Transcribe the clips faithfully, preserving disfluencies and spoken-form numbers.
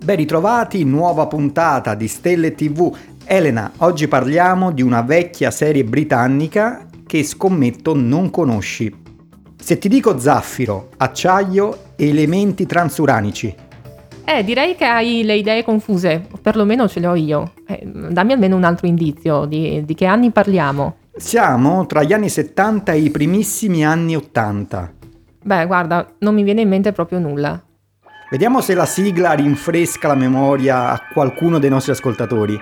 Ben ritrovati, nuova puntata di Stelle tivù. Elena, oggi parliamo di una vecchia serie britannica che scommetto non conosci. Se ti dico zaffiro, acciaio e elementi transuranici. Eh, direi che hai le idee confuse, o perlomeno ce le ho io. Eh, dammi almeno un altro indizio, di, di che anni parliamo? Siamo tra gli anni settanta e i primissimi anni ottanta. Beh, guarda, non mi viene in mente proprio nulla. Vediamo se la sigla rinfresca la memoria a qualcuno dei nostri ascoltatori.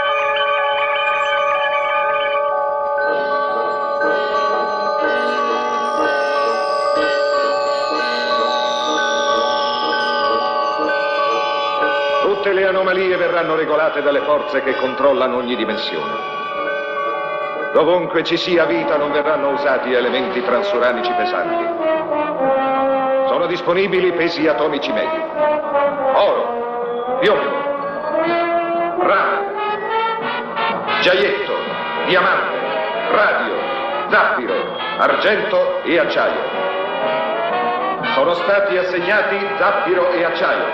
Tutte le anomalie verranno regolate dalle forze che controllano ogni dimensione. Dovunque ci sia vita non verranno usati elementi transuranici pesanti. Sono disponibili pesi atomici medi. Oro, piombo, rame, giaietto, diamante, radio, zaffiro, argento e acciaio. Sono stati assegnati zaffiro e acciaio.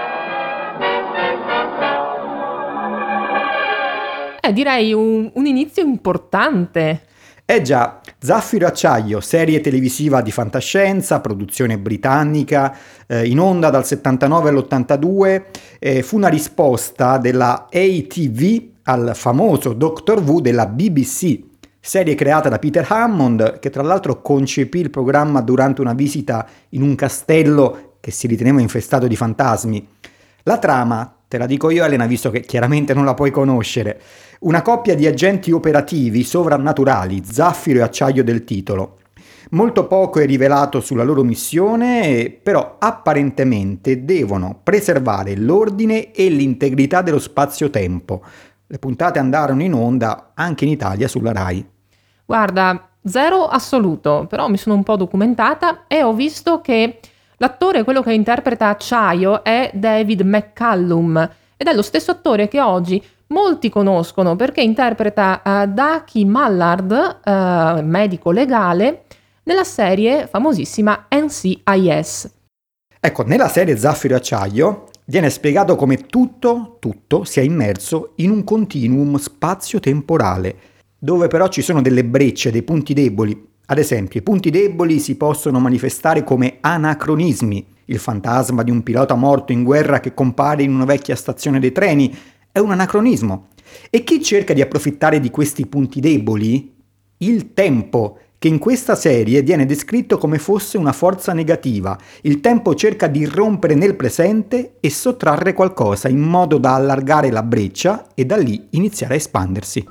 Eh, direi un, un inizio importante. Eh già, Zaffiro e Acciaio, serie televisiva di fantascienza, produzione britannica, eh, in onda dal settantanove all'ottantadue, eh, fu una risposta della A T V al famoso Doctor Who della B B C, serie creata da Peter Hammond, che tra l'altro concepì il programma durante una visita in un castello che si riteneva infestato di fantasmi. La trama, te la dico io Elena, visto che chiaramente non la puoi conoscere. Una coppia di agenti operativi sovrannaturali, Zaffiro e Acciaio del titolo. Molto poco è rivelato sulla loro missione, però apparentemente devono preservare l'ordine e l'integrità dello spazio-tempo. Le puntate andarono in onda anche in Italia sulla Rai. Guarda, zero assoluto, però mi sono un po' documentata e ho visto che l'attore, quello che interpreta Acciaio, è David McCallum ed è lo stesso attore che oggi molti conoscono perché interpreta uh, Daki Mallard, uh, medico legale, nella serie famosissima N C I S. Ecco, nella serie Zaffiro e Acciaio viene spiegato come tutto, tutto sia immerso in un continuum spazio-temporale, dove però ci sono delle brecce, dei punti deboli. Ad esempio, i punti deboli si possono manifestare come anacronismi. Il fantasma di un pilota morto in guerra che compare in una vecchia stazione dei treni è un anacronismo. E chi cerca di approfittare di questi punti deboli? Il tempo, che in questa serie viene descritto come fosse una forza negativa. Il tempo cerca di irrompere nel presente e sottrarre qualcosa in modo da allargare la breccia e da lì iniziare a espandersi.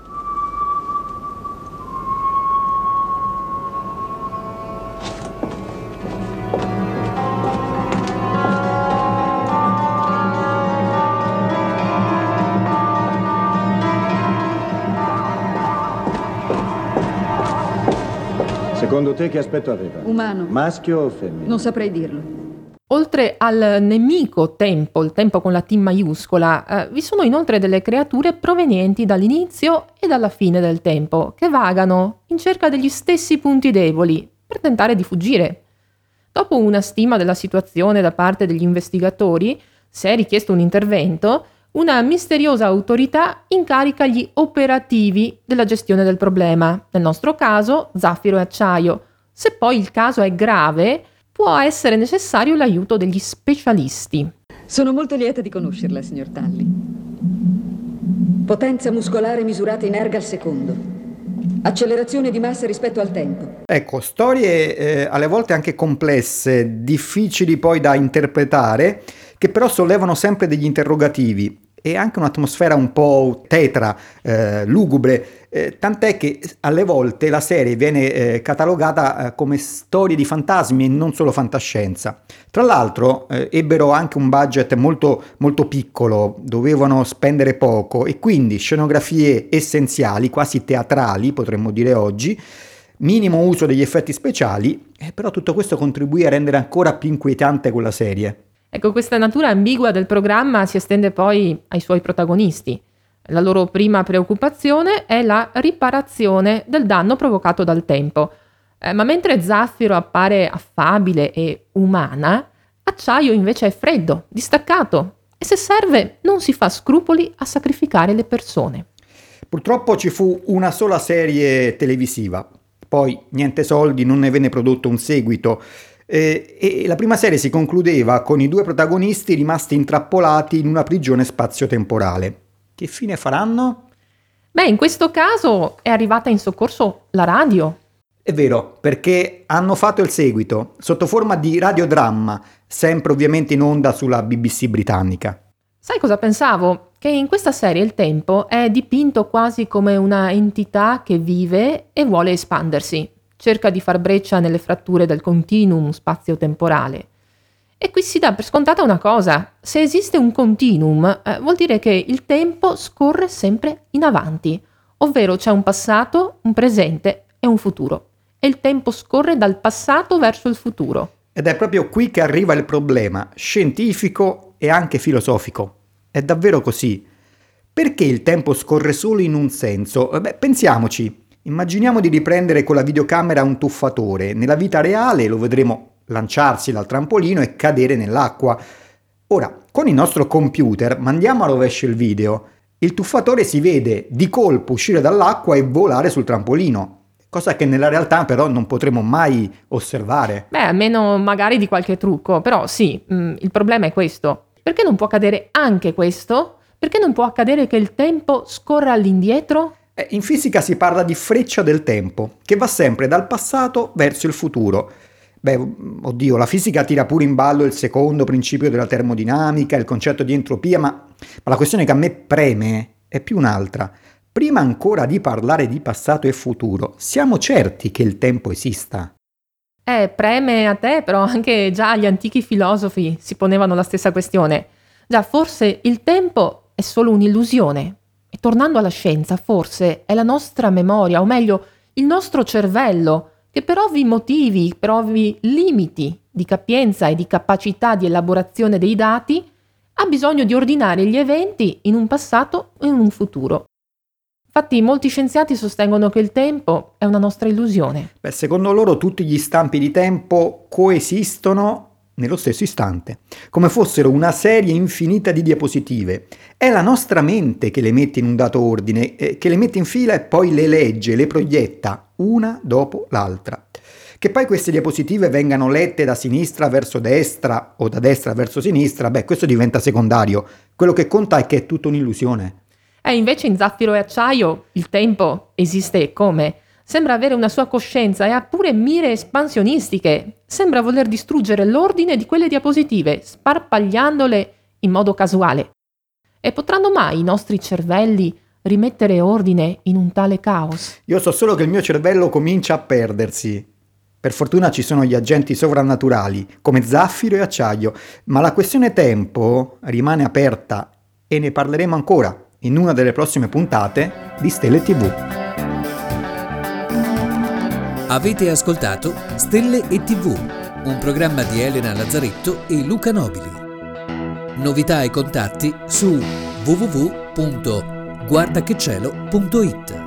Secondo te che aspetto aveva? Umano. Maschio o femmina? Non saprei dirlo. Oltre al nemico tempo, il tempo con la T maiuscola, eh, vi sono inoltre delle creature provenienti dall'inizio e dalla fine del tempo, che vagano in cerca degli stessi punti deboli per tentare di fuggire. Dopo una stima della situazione da parte degli investigatori, se è richiesto un intervento, una misteriosa autorità incarica gli operativi della gestione del problema, nel nostro caso Zaffiro e Acciaio. Se poi il caso è grave, può essere necessario l'aiuto degli specialisti. Sono molto lieta di conoscerla, signor Tully. Potenza muscolare misurata in erg al secondo. Accelerazione di massa rispetto al tempo. Ecco, storie eh, alle volte anche complesse, difficili poi da interpretare, che però sollevano sempre degli interrogativi e anche un'atmosfera un po' tetra, eh, lugubre, eh, tant'è che alle volte la serie viene eh, catalogata eh, come storie di fantasmi e non solo fantascienza. Tra l'altro eh, ebbero anche un budget molto, molto piccolo, dovevano spendere poco e quindi scenografie essenziali, quasi teatrali potremmo dire oggi, minimo uso degli effetti speciali, eh, però tutto questo contribuì a rendere ancora più inquietante quella serie. Ecco, questa natura ambigua del programma si estende poi ai suoi protagonisti. La loro prima preoccupazione è la riparazione del danno provocato dal tempo. Eh, ma mentre Zaffiro appare affabile e umana, Acciaio invece è freddo, distaccato e se serve non si fa scrupoli a sacrificare le persone. Purtroppo ci fu una sola serie televisiva, poi niente soldi, non ne venne prodotto un seguito eh, e la prima serie si concludeva con i due protagonisti rimasti intrappolati in una prigione spazio-temporale. Che fine faranno? Beh, in questo caso è arrivata in soccorso la radio. È vero, perché hanno fatto il seguito, sotto forma di radiodramma, sempre ovviamente in onda sulla B B C britannica. Sai cosa pensavo? Che in questa serie il tempo è dipinto quasi come una entità che vive e vuole espandersi, cerca di far breccia nelle fratture del continuum spazio-temporale. E qui si dà per scontata una cosa: se esiste un continuum, eh, vuol dire che il tempo scorre sempre in avanti, ovvero c'è un passato, un presente e un futuro. E il tempo scorre dal passato verso il futuro. Ed è proprio qui che arriva il problema scientifico e anche filosofico. È davvero così? Perché il tempo scorre solo in un senso? Beh, pensiamoci. Immaginiamo di riprendere con la videocamera un tuffatore. Nella vita reale lo vedremo lanciarsi dal trampolino e cadere nell'acqua. Ora, con il nostro computer mandiamo a rovescio il video. Il tuffatore si vede di colpo uscire dall'acqua e volare sul trampolino. Cosa che nella realtà però non potremo mai osservare. Beh, a meno magari di qualche trucco, però sì, mh, il problema è questo. Perché non può accadere anche questo? Perché non può accadere che il tempo scorra all'indietro? Eh, in fisica si parla di freccia del tempo, che va sempre dal passato verso il futuro. Beh, oddio, la fisica tira pure in ballo il secondo principio della termodinamica, il concetto di entropia, ma, ma la questione che a me preme è più un'altra. Prima ancora di parlare di passato e futuro, siamo certi che il tempo esista? Eh, preme a te, però anche già gli antichi filosofi si ponevano la stessa questione. Già, forse il tempo è solo un'illusione. E tornando alla scienza, forse è la nostra memoria, o meglio, il nostro cervello, che per ovvi motivi, per ovvi limiti di capienza e di capacità di elaborazione dei dati, ha bisogno di ordinare gli eventi in un passato e in un futuro. Infatti molti scienziati sostengono che il tempo è una nostra illusione. Beh, secondo loro tutti gli stampi di tempo coesistono nello stesso istante, come fossero una serie infinita di diapositive. È la nostra mente che le mette in un dato ordine, eh, che le mette in fila e poi le legge, le proietta, una dopo l'altra. Che poi queste diapositive vengano lette da sinistra verso destra o da destra verso sinistra, beh, questo diventa secondario. Quello che conta è che è tutta un'illusione. E invece in Zaffiro e Acciaio il tempo esiste e come? Sembra avere una sua coscienza e ha pure mire espansionistiche. Sembra voler distruggere l'ordine di quelle diapositive, sparpagliandole in modo casuale. E potranno mai i nostri cervelli rimettere ordine in un tale caos? Io so solo che il mio cervello comincia a perdersi. Per fortuna ci sono gli agenti sovrannaturali, come Zaffiro e Acciaio, ma la questione tempo rimane aperta e ne parleremo ancora in una delle prossime puntate di Stelle tivù. Avete ascoltato Stelle e tivù, un programma di Elena Lazzaretto e Luca Nobili. Novità e contatti su w w w punto guardachecielo punto it.